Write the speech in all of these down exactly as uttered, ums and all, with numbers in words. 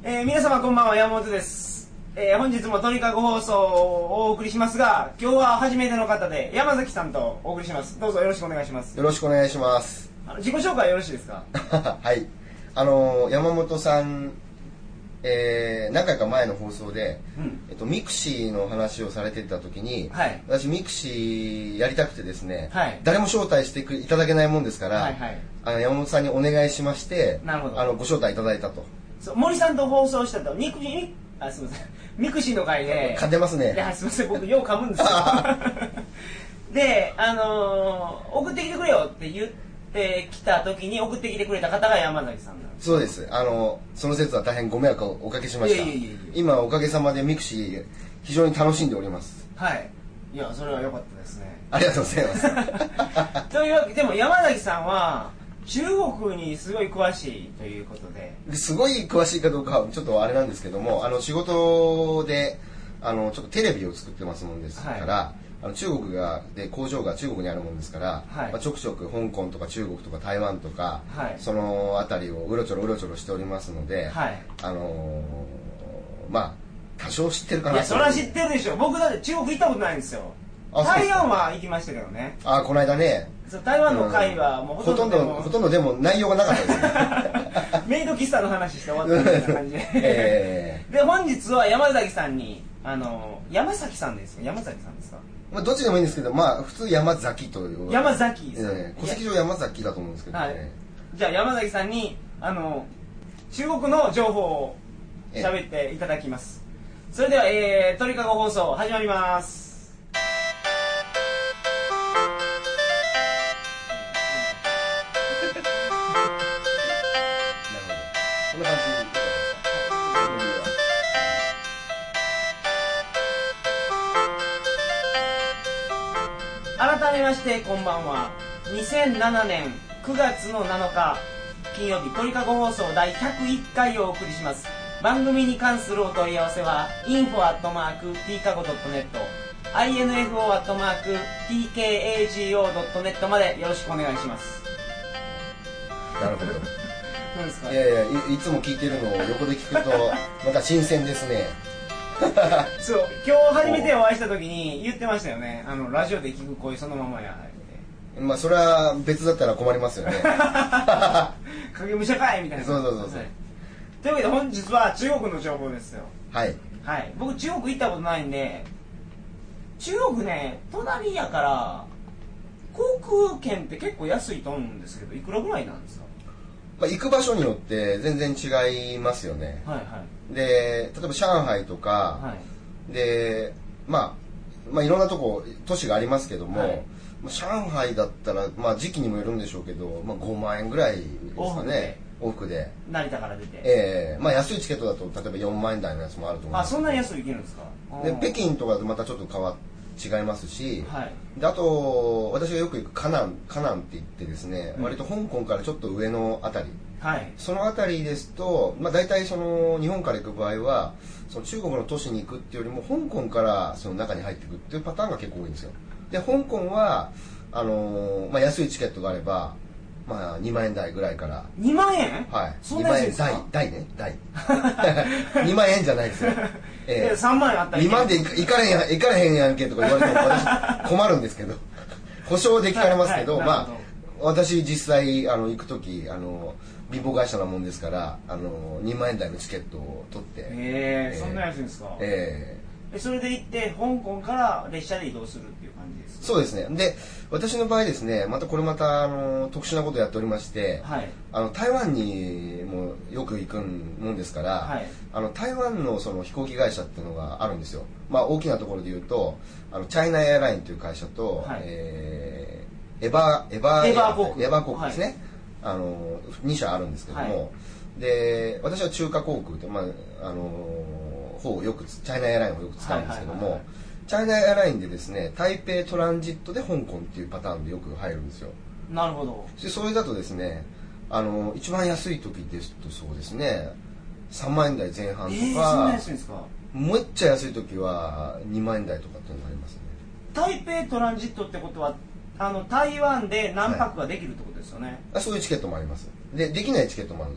えー、皆様こんばんは、山本です。えー、本日も鳥かご放送をお送りしますが、今日は初めての方で山崎さんとお送りします。どうぞよろしくお願いします。 よろしくお願いします。 あの自己紹介よろしいですか？ はい。あのー、山本さん、えー、何回か前の放送で、うん、えっと、ミクシーの話をされてた時に、はい、私ミクシーやりたくてですね、はい、誰も招待していただけないもんですから、はいはい、あの山本さんにお願いしまして、なるほど、あのご招待いただいたと。 そう、森さんと放送したと、ミクシー、あ、すみません、ミクシーの回で、 噛んでますね。 いや、すみません、僕よう噛むんですよ。で、あのー、送ってきてくれよって言ってきた時に送ってきてくれた方が山崎さんなんです。 そうです。あのその説は大変ご迷惑をおかけしました。いやいやいやいや、今おかげさまでミクシー非常に楽しんでおります。 はい。いや、それは良かったですね。 ありがとうございます。 というわけでも山崎さんは中国にすごい詳しいということで。 すごい詳しいかどうかはちょっとあれなんですけども、あの仕事であのちょっとテレビを作ってますもんですから。はい、あの中国がで工場が中国にあるもんですから、はい、まあ、ちょくちょく香港とか中国とか台湾とか、はい、その辺りをうろちょろうろちょろしておりますので、はい、あのー、まあ多少知ってるかなと。 いや、それは知ってるでしょ。僕だって中国行ったことないんですよ。台湾は行きましたけどね。 あ、この間ね。 台湾の会はもうほとんど、うん、ほとんどでも内容がなかったですね。 メイド喫茶の話して終わったみたいな感じで。えー、で本日は山崎さんに、あの山崎さんですか、山崎さんですか。 まあどっちでもいいんですけど、まあ普通山崎という。 山崎さん。 えー、戸籍上山崎だと思うんですけどね。はい、 じゃあ山崎さんにあの中国の情報を喋っていただきます。えー、それでは、えー、鳥かご放送始まります。改めましてこんばんは。にせんななねんくがつのなのか金曜日、鳥かご放送だいひゃくいっかいをお送りします。番組に関するお問い合わせは インフォ アットマーク ティーカゴ ドットネット インフォ アットマーク ティーケーエージーオー ドットネット までよろしくお願いします。 なるほど。 何ですか？ いやいや い, いつも聞いてるのを横で聞くとまた新鮮ですね。 そう、今日初めてお会いした時に言ってましたよね。あのラジオで聞く声そのままやって。 まあそれは別だったら困りますよね。 影武者かいみたいな。 そうそうそうそう、はい、 というわけで本日は中国の情報ですよ。 はいはい。僕中国行ったことないんで、中国ね、隣やから航空券って結構安いと思うんですけど、いくらぐらいなんですか？ まあ、行く場所によって全然違いますよね。はいはい、で例えば上海とか、はい、で、まあ、まあいろんなとこ都市がありますけども、はい、まあ、上海だったら、まあ、時期にもよるんでしょうけど、まあ、ごまんえんぐらいですかね。往復で成田から出て、 えーまあ、安いチケットだと例えばよんまんえん台のやつもあると思います。 あ、そんなに安い行けるんですか？ で北京とかとまたちょっと変わ違いますし、はい、であと私がよく行く河南河南って言ってですね、うん、割と香港からちょっと上のあたり、はい、そのあたりですと、まあ、大体その日本から行く場合はその中国の都市に行くっていうよりも香港からその中に入っていくっていうパターンが結構多いんですよ。で香港はあのーまあ、安いチケットがあれば、まあ、にまんえん台ぐらいから。 にまんえん？ はい。そんな安いですか？にまんえん台、台ね、台。にまんえんじゃないですよ。 えー、さんまんえんあったらにまんで行かれへん、行かれへんやんけとか言われても私困るんですけど。保証で聞かれますけど、はいはい、まあ、私実際あの行くとき、あの、貧乏会社なもんですから、あの、にまんえん台のチケットを取って。 えー、えー、そんな安いんですか？えーそれで行って香港から列車で移動するっていう感じですか？ そうですね。で私の場合ですね、またこれまたあの特殊なことをやっておりまして、はい、あの台湾にもよく行くもんですから、はい、あの台湾のその飛行機会社っていうのがあるんですよ。まあ、大きなところで言うとあのチャイナエアラインという会社と、はい、えー、エバーエバーエバー航空エバー航空ですね、はい、あのに社あるんですけども、はい、で私は中華航空って、まああの方をよくチャイナエアラインをよく使うんですけども、チャイナエアラインでですね台北トランジットで香港っていうパターンでよく入るんですよ。 なるほど。 でそれだとですねあの一番安い時ですとそうですねさんまんえん台前半とか、えー、 そんな安いんですか？ もうっちゃ安い時はにまんえん台とかっていうのがありますね。 台北トランジットってことはあの台湾で何泊ができるってことですよね、 はい、あそういうチケットもあります。でできないチケットもあるんですよ。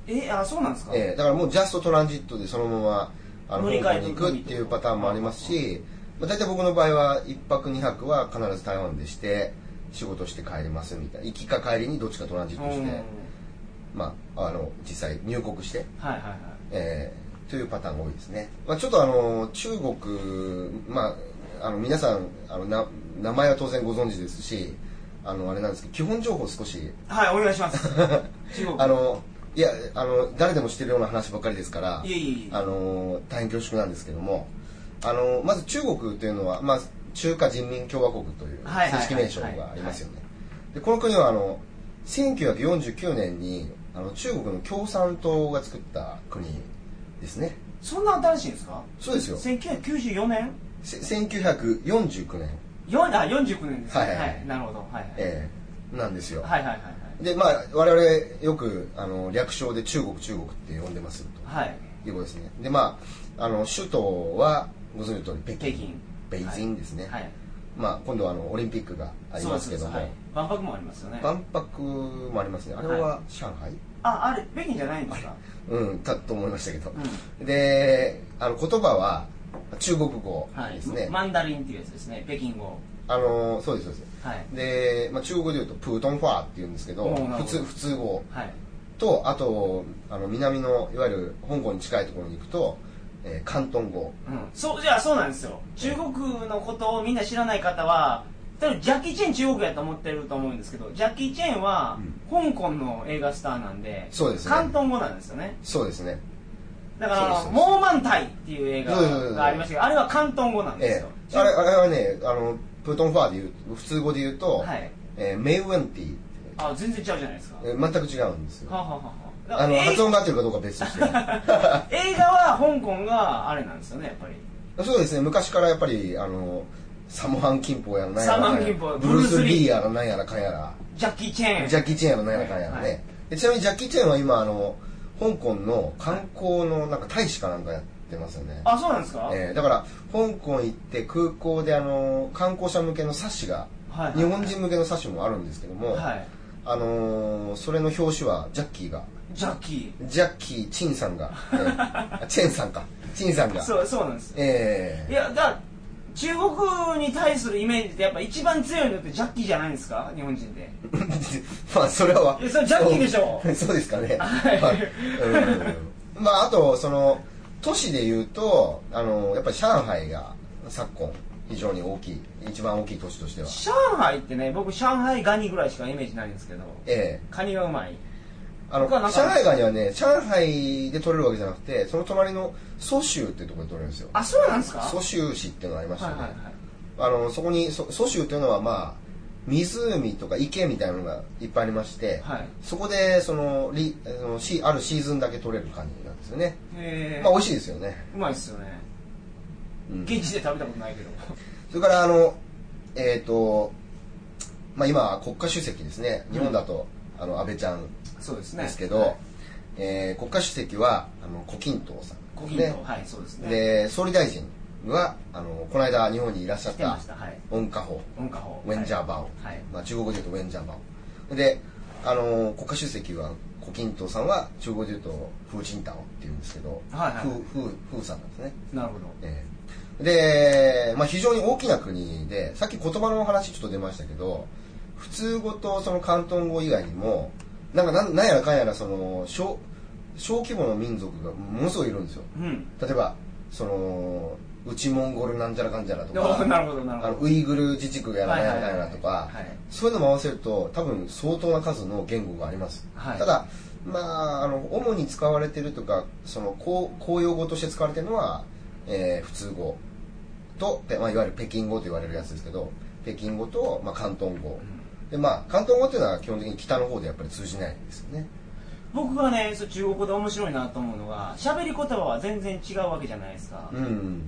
えあそうなんですか。 えー、だからもうジャストトランジットでそのままあの香港に行くっていうパターンもありますし、まあ、大体僕の場合はいっぱくにはくは必ず台湾でして仕事して帰りますみたいな、行きか帰りにどっちかトランジットして、まあ、あの実際入国して、 はいはいはい、 えー、というパターンが多いですね。まあ、ちょっとあの中国、まあ、あの皆さんあのな名前は当然ご存知ですし、あのあれなんですけど基本情報少しはいお願いします中国あのいやあの誰でも知ってるような話ばっかりですからいえいえいえ、 あの大変恐縮なんですけども、あのまず中国というのは、まあ、中華人民共和国という正式名称がありますよね。でこの国はあのせんきゅうひゃくよんじゅうきゅうねんにあの中国の共産党が作った国ですね。 そんな新しいんですか。 そうですよ。 せんきゅうひゃくきゅうじゅうよねんせんきゅうひゃくよんじゅうきゅうねんよあよんじゅうきゅうねんですね、 はいはいはい、 はい、なるほど、はいはい、 えー、なんですよ。 はいはいはい、はい、 でまあ我々よくあの略称で中国中国って呼んでますと、はい、いうことですね。でまああの首都はご存知の通り北京、北京、北京ですね、はいはい、まあ、今度はあのオリンピックがありますけども、はい、 万博もありますよね。 万博もありますね。あれは上海、はい、 ああれ北京じゃないんですか。 うんだと思いましたけど、うん、であの言葉は中国語ですね、 はい、マンダリンっていうやつですね、北京語。 あのそうですそうです、はい、で、まあ、中国語でいうとプートンファーっていうんですけど、普通普通語、はい、とあとあの南のいわゆる香港に近いところに行くと、えー、広東語、 うん、そうじゃあそうなんですよ。中国のことをみんな知らない方は多分ジャッキー・チェン中国やと思ってると思うんですけど、ジャッキー・チェンは香港の映画スターなんで、 そうですね、 広東語なんですよね。 そうですね。 だから「モーマンタイ」っていう映画がありましたけど、あれは広東語なんですよ、 ええ、あれあれはねあのプートンファーでいう普通語で言うと、はい、えー、メイウェンティ、 あ全然違うじゃないですか、 えー、全く違うんですよ。 ははははあの発音が合ってるかどうか別として映画は香港があれなんですよね、やっぱり。 そうですね、昔からやっぱりあのサモハン・キンポーやら何やらサモハン・キンポー、 ブルース・リーやら何やらかんやらジャッキー・チェーンジャッキー・チェーンやら何やらかんやらね、はい、でちなみにジャッキー・チェーンは今あの香港の観光のなんか大使かなんかやってますよね。 あ、そうなんですか。 えー、だから香港行って空港であの観光者向けの冊子が、はいはいはい、日本人向けの冊子もあるんですけども、はい、あのー、それの表紙はジャッキーがジャッキージャッキーチンさんが、えー、チェンさんかチンさんがそうそうなんです。 えー、いやだ中国に対するイメージってやっぱ一番強いのってジャッキーじゃないんですか、日本人でまあそれはそれジャッキーでしょそうですかね、はい、うん、まああとその都市でいうとあのやっぱり上海が昨今非常に大きい一番大きい都市としては。 上海ってね、僕上海ガニぐらいしかイメージないんですけど、ええ、カニがうまい。 あの上海ガニはね上海で取れるわけじゃなくて、その隣の蘇州っていうところで取れるんですよ。 あ、そうなんですか。 蘇州市っていうのがありましたね、はいはいはい、あのそこに蘇州っていうのはまあ湖とか池みたいなのがいっぱいありまして、はい、そこでそのリそのシあるシーズンだけ取れるカニなんですよね。へー、まあ美味しいですよね。 うまいですよね、うん、現地で食べたことないけどそれからあのえっ、ー、とまあ今国家主席ですね、日本だと、うん、あの安倍ちゃんそうですね、 ですけど、はい、えー、国家主席はあの胡錦涛さん、 胡錦涛、はい、そうですね。 で総理大臣はあのこの間日本にいらっしゃった温家宝、 温家宝、 ウェンジャーバオ、はい、まあ、中国語で言うとウェンジャーバオで、あの国家主席は胡錦涛さんは中国語で言うと風神タオっていうんですけど、はいはい、風風風さんなんですね。 なるほど、 えー、で、まあ、非常に大きな国で、さっき言葉の話ちょっと出ましたけど、普通語とその広東語以外にもなんかなんなんやらかんやらその 小, 小規模の民族がものすごいいるんですよ、うん、例えばその内モンゴルなんちゃらかんちゃらとか、 なるほどなるほど、 あのウイグル自治区やらなんやらかんやらとか、はいはいはい、そういうのも合わせると多分相当な数の言語があります、はい、ただまああの主に使われてるとかその 公, 公用語として使われてるのは、えー、普通語と、まあ、いわゆる北京語と言われるやつですけど、北京語と、まあ、広東語、うん、でまあ広東語っていうのは基本的に北の方でやっぱり通じないんですよね。 僕がね、そう中国語で面白いなと思うのが、喋り言葉は全然違うわけじゃないですか、うん、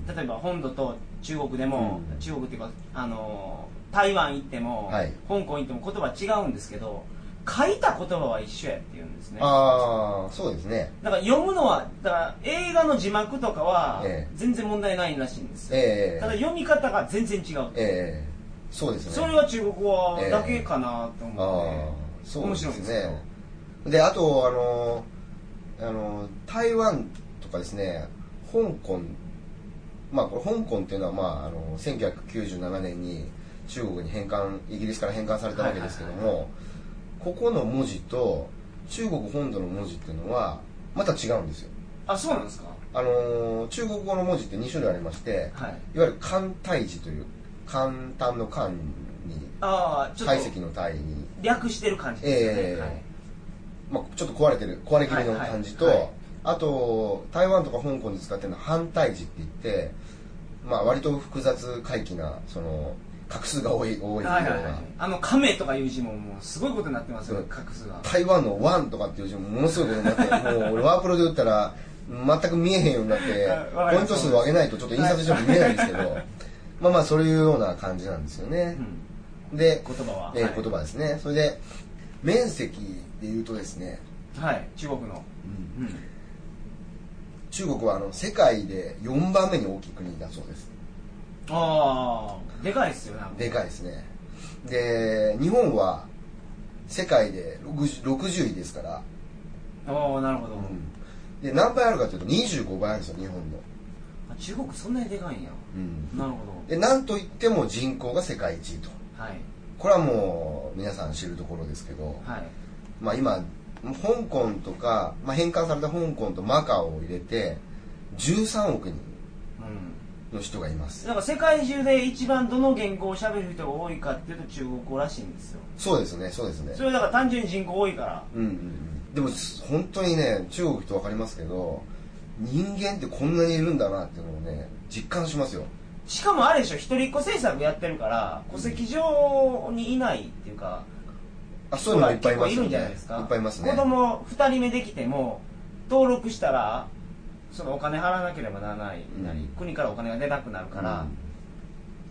例えば本土と中国でも、うん、中国っていうかあの台湾行っても、はい、香港行っても言葉違うんですけど、書いた言葉は一緒やっていうんですね。 ああ、そうですね。 だから読むのはだから映画の字幕とかは全然問題ないらしいんですよ、えー、ただ読み方が全然違う、 えー、そうですね。 それは中国語だけかなと思って、 えー、そうですね。面白いですね。であとあのあの台湾とかですね、香港、まあこれ香港っていうのは、まあ、あのせんきゅうひゃくきゅうじゅうななねんに中国に返還、イギリスから返還されたわけですけども、ここの文字と中国本土の文字っていうのはまた違うんですよ。 あ、そうなんですか。 あの中国語の文字ってに種類ありまして、はい、いわゆる簡体字という簡単の簡に体積の体に略してる感じですよね、えーはい、 まあ、ちょっと壊れてる壊れ気味の感じと、はいはいはい、あと台湾とか香港で使ってるのは反対字って言って、まあ、割と複雑回帰なその画数が多い多いような、はいはいはい、 あの亀とかいう字ももうすごいことになってますよ、画数が。 台湾のワンとかっていう字もものすごいことになってもう俺ワープロで打ったら全く見えへんようになってポイント数を上げないとちょっと印刷しても見えないんですけどまあまあそういうような感じなんですよね、うん、で言葉は、 えーはい、言葉ですね。それで面積でいうとですね、 はい中国の、うんうん、 中国はあの世界でよんばんめに大きい国だそうです。 ああでかいですよね。 でかいですね。で日本は世界でろくじゅういですから。 ああなるほど、うんで何倍あるかというとにじゅうごばいあるんですよ日本の。 中国そんなにでかいんや、うん、なるほど。 でなんといっても人口が世界一位と、はい、これはもう皆さん知るところですけど、はい、まあ今香港とか、まあ、返還された香港とマカオを入れてじゅうさんおくにんの人がいます、 うん、なんか世界中で一番どの言語を喋る人が多いかっていうと中国語らしいんですよ。 そうですねそうですね。 それだから単純に人口多いから、 うんうんうん、でも本当にね中国って分かりますけど人間ってこんなにいるんだなっていうのをね実感しますよ。 しかもあれでしょ、一人っ子政策やってるから戸籍上にいないっていうか、 あそういうのもいっぱいいますよね。 いるんじゃないですか。 いっぱいいますね。 子供ふたりめできても登録したらそのお金払わなければならないなり、うん、国からお金が出なくなるから、うん、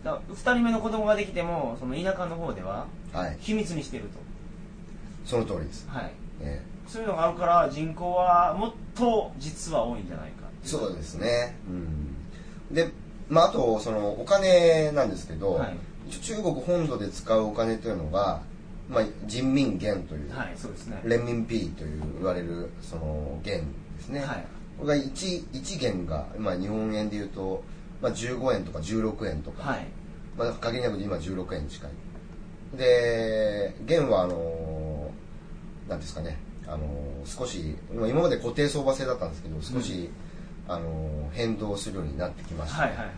だからふたりめの子供ができてもその田舎の方では秘密にしてると、はい、 その通りです。 はい、えー、そういうのがあるから人口はもっと実は多いんじゃないかっていう。 そうですね、うん、で、まあ、あとそのお金なんですけど、はい、中国本土で使うお金というのが、まあ、人民元という、 はいそうですね、 人民幣という言われるその元ですね、はい、これが 1, いち元が、まあ、日本円でいうと、まあ、じゅうごえんとかじゅうろくえんとか、はい、まあ、限りなく今じゅうろくえん近いで、元はあのなんですかね、あの少し今まで固定相場制だったんですけど少し、うん、あの変動するようになってきました、はいはいはい、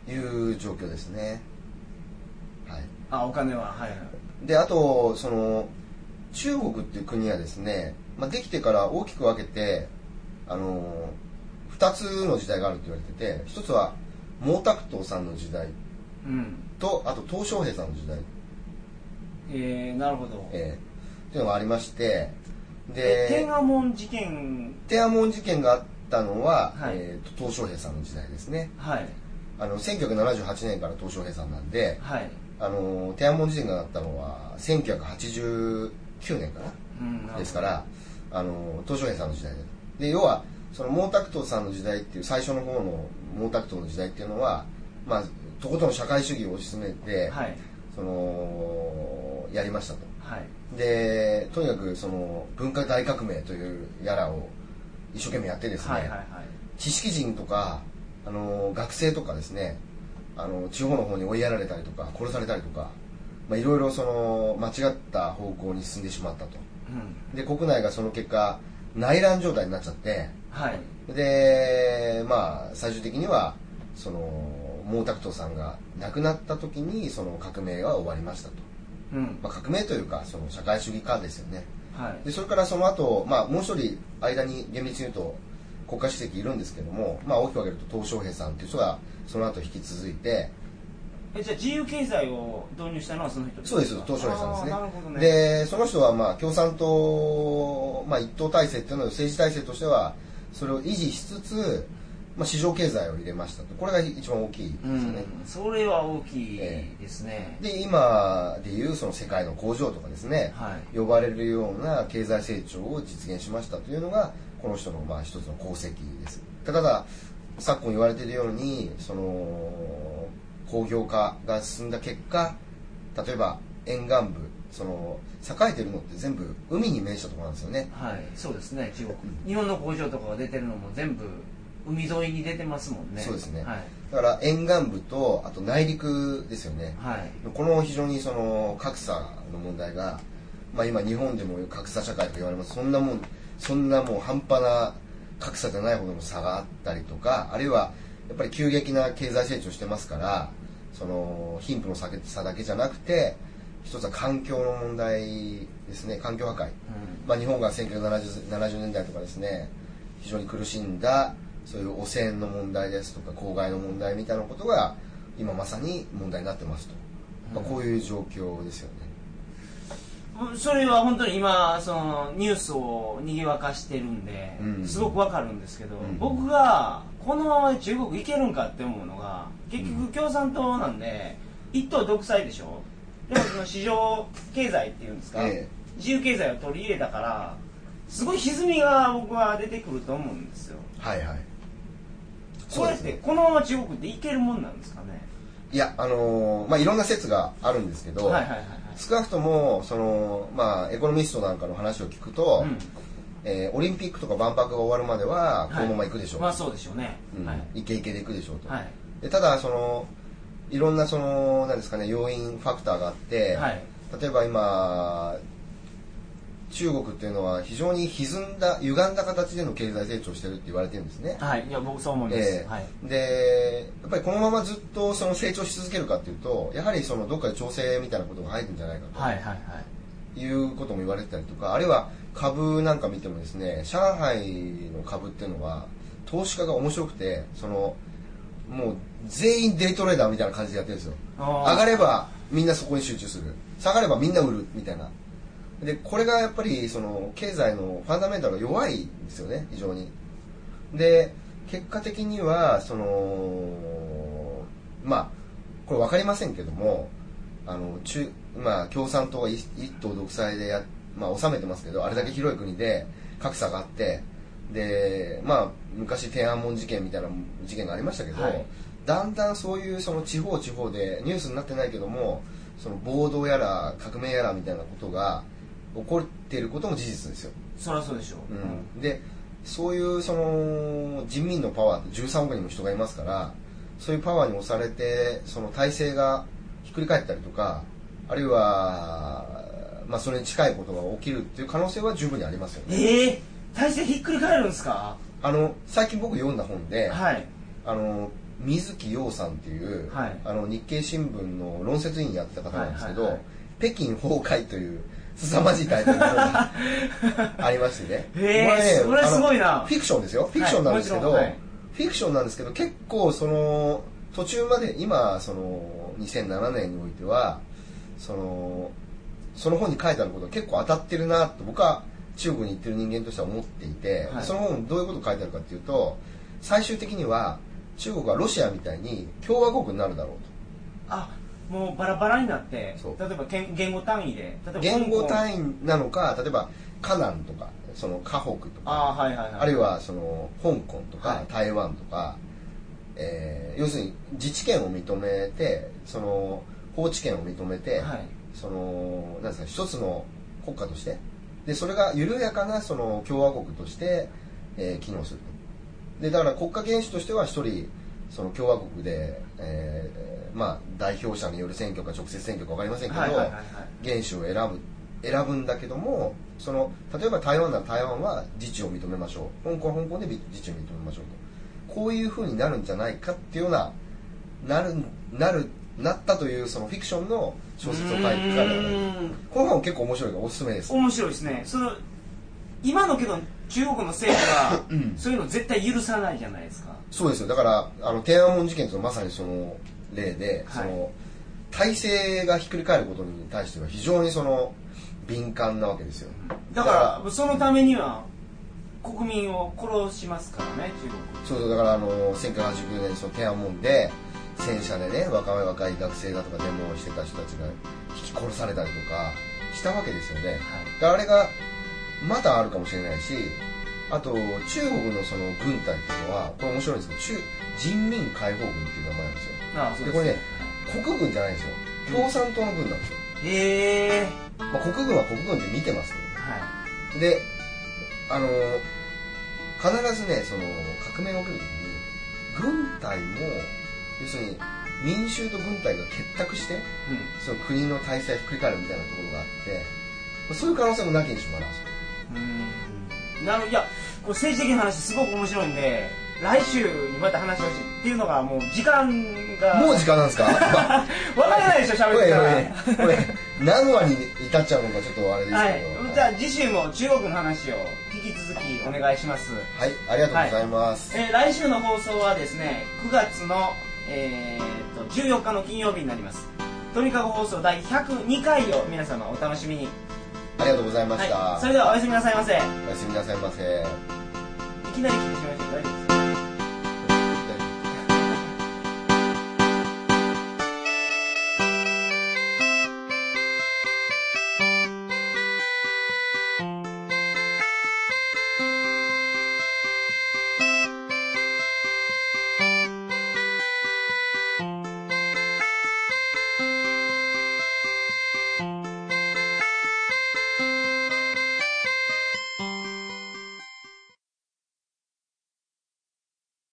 いう状況ですね、はい、 あお金は、はいはい、 であとその中国っていう国はですね、まあ、できてから大きく分けてあのふたつの時代があると言われてて、ひとつは毛沢東さんの時代、うん、とあと鄧小平さんの時代、 えー、なるほど、 えー、っていうのがありまして、 で天安門事件天安門事件があったのは、はい、えー、と鄧小平さんの時代ですね、はい、あのせんきゅうひゃくななじゅうはちねんから鄧小平さんなんで、はい、あの天安門事件があったのはせんきゅうひゃくはちじゅうきゅうねんかな、うん、ですからあの鄧小平さんの時代で、要はその毛沢東さんの時代っていう最初の方の毛沢東の時代っていうのは、まあ、とことん社会主義を推し進めて、はい、そのやりましたと、はい、でとにかくその文化大革命というやらを一生懸命やってですね、はいはいはい、知識人とかあの学生とかですね、あの地方の方に追いやられたりとか殺されたりとか、まあ、いろいろその間違った方向に進んでしまったと、うん、で国内がその結果内乱状態になっちゃって、はい、でまあ最終的にはその毛沢東さんが亡くなった時にその革命が終わりましたと、うんまあ、革命というかその社会主義化ですよね、はい、でそれからその後、まあもう一人間に厳密に言うと国家主席いるんですけども、まあ、大きく分けると鄧小平さんという人がその後引き続いて、 えじゃあ自由経済を導入したのはその人ですか？ そうです、鄧小平さんですね。 なるほどね。 でその人はまあ共産党、まあ、一党体制っていうのを政治体制としてはそれを維持しつつ、まあ、市場経済を入れましたと。これが一番大きいですよね、 うん、それは大きいですね、 えー、で今でいうその世界の工場とかですね、はい、呼ばれるような経済成長を実現しましたというのがこの人のまあ一つの功績です。ただ昨今言われているようにその工業化が進んだ結果、例えば沿岸部その栄えてるのって全部海に面したところなんですよね。 はい、そうですね。中国、日本の工場とかが出てるのも全部海沿いに出てますもんね。 そうですね、 はい、 だから沿岸部とあと内陸ですよね、はい、この非常にその格差の問題が、まあ、今日本でも格差社会と言われます。そんなもんそんなもう半端な格差じゃないほどの差があったりとか、あるいはやっぱり急激な経済成長してますから、その貧富の差だけじゃなくて一つは環境の問題ですね。環境破壊、うん、まあ、日本がせんきゅうひゃくななじゅうねんだいとかですね、非常に苦しんだそういう汚染の問題ですとか公害の問題みたいなことが今まさに問題になってますと、まあ、こういう状況ですよね。 それは本当に今そのニュースをにぎわかしてるんで、うん、すごくわかるんですけど、うん、僕がこのまま中国行けるんかって思うのが、結局共産党なんで一党独裁でしょ。でもその市場経済っていうんですか、ええ、自由経済を取り入れたからすごい歪みが僕は出てくると思うんですよ。 はいはい。 これってこのまま中国っていけるもんなんですかね。 いや、あのー、まあいろんな説があるんですけど、はいはいはいはい、少なくともその、まあ、エコノミストなんかの話を聞くと、うん、えー、オリンピックとか万博が終わるまではこのまま行くでしょう、 はい、まあそうでしょうね、 うん、はい、イケイケで行くでしょうと、 はい、 でただそのいろんなその何ですかね、要因ファクターがあって、はい、例えば今中国っていうのは非常に歪んだ歪んだ形での経済成長してるって言われてるんですね。 はい、いや僕そう思います、えーはい、 でやっぱりこのままずっとその成長し続けるかっていうと、やはりそのどっかで調整みたいなことが入るんじゃないかと、はいはいはい、いうことも言われてたりとか、あるいは株なんか見てもですね、上海の株っていうのは投資家が面白くて、そのもう全員デイトレーダーみたいな感じでやってるんですよ。上がればみんなそこに集中する、下がればみんな売るみたいな。でこれがやっぱりその経済のファンダメンタルが弱いんですよね、非常に。で結果的にはそのまあこれ分かりませんけども、あの中、まあ、共産党は一党独裁でや、まあ、収めてますけど、あれだけ広い国で格差があって、でまあ昔天安門事件みたいな事件がありましたけど、はい、だんだんそういうその地方地方でニュースになってないけども、その暴動やら革命やらみたいなことが起こっていることも事実ですよ。 そりゃそうでしょう、 うん、でそういうその人民のパワーってじゅうさんおくにんも人がいますから、そういうパワーに押されてその体制がひっくり返ったりとか、あるいは、まあ、それに近いことが起きるっていう可能性は十分にありますよね。 ええー、体制ひっくり返るんですか。 あの最近僕読んだ本で、 はい、 あの水木陽さんっていう、はい、あの日経新聞の論説委員やってた方なんですけど、はいはいはい、北京崩壊という凄まじいタイトルの本がありましてね。 へえ、それすごいな。 フィクションですよ。フィクションなんですけど、はいはい、フィクションなんですけど、結構その途中まで今そのにせんななねんにおいてはそのその本に書いてあることが結構当たってるなと僕は中国に行ってる人間としては思っていて、はい、その本どういうこと書いてあるかっていうと、最終的には中国はロシアみたいに共和国になるだろうと。 あ、もうバラバラになって、例えば言語単位で、例えば言語単位なのか、例えば河南とかその河北とか、 あ,、はいはいはい、あるいはその香港とか、はい、台湾とか、えー、要するに自治権を認めて、その法治権を認めて、はい、そのなんですか、一つの国家として、でそれが緩やかなその共和国として、えー、機能すると。でだから国家元首としては一人その共和国で、えーまあ、代表者による選挙か直接選挙か分かりませんけど、はいはいはいはい、元首を選ぶ選ぶんだけども、その例えば台湾なら台湾は自治を認めましょう、香港は香港で自治を認めましょうと、こういう風になるんじゃないかっていうようななるなるなったというそのフィクションの小説を書いてある。この本結構面白いからおすすめです。 面白いですね。その今のけど中国の政府がそういうの絶対許さないじゃないですか。 そうですよ。だからあの天安門事件というのはまさにその例で、はい、その体制がひっくり返ることに対しては非常にその敏感なわけですよ。 だからそのためには国民を殺しますからね、中国。 そうそう。だからあのせんきゅうひゃくはちじゅうきゅうねんその天安門で戦車でね、若い若い学生だとかデモをしてた人たちが引き殺されたりとかしたわけですよね。はい、だからあれがまだあるかもしれないし、あと中国のその軍隊っていうのはこれ面白いんですけど、中人民解放軍っていう名前なんですよ。ああ、そうです。でこれね、国軍じゃないんですよ。共産党の軍なんですよ。 へえ。 まあ、国軍は国軍で見てますけどね、はい、であの必ずねその革命が起きる時に軍隊も要するに民衆と軍隊が結託して、うん、その国の体制ひっくり返るみたいなところがあってそういう可能性もなきにしもあらず。 うんなるいやこれ政治的な話すごく面白いんで来週にまた話をしてっていうのがもう時間がもう時間なんですか分からないでしょ喋ってたらこれ何話に至っちゃうのかちょっとあれですけど、はい、 じゃあ次週も中国の話を引き続きお願いします。 はいありがとうございます、 はいえー、来週の放送はですねくがつの、えー、とじゅうよっかの金曜日になります。鳥かご放送だいひゃくにかいを皆様お楽しみに。 ありがとうございました、 はい、それではおやすみなさいませ。おやすみなさいませ。 いきなり来て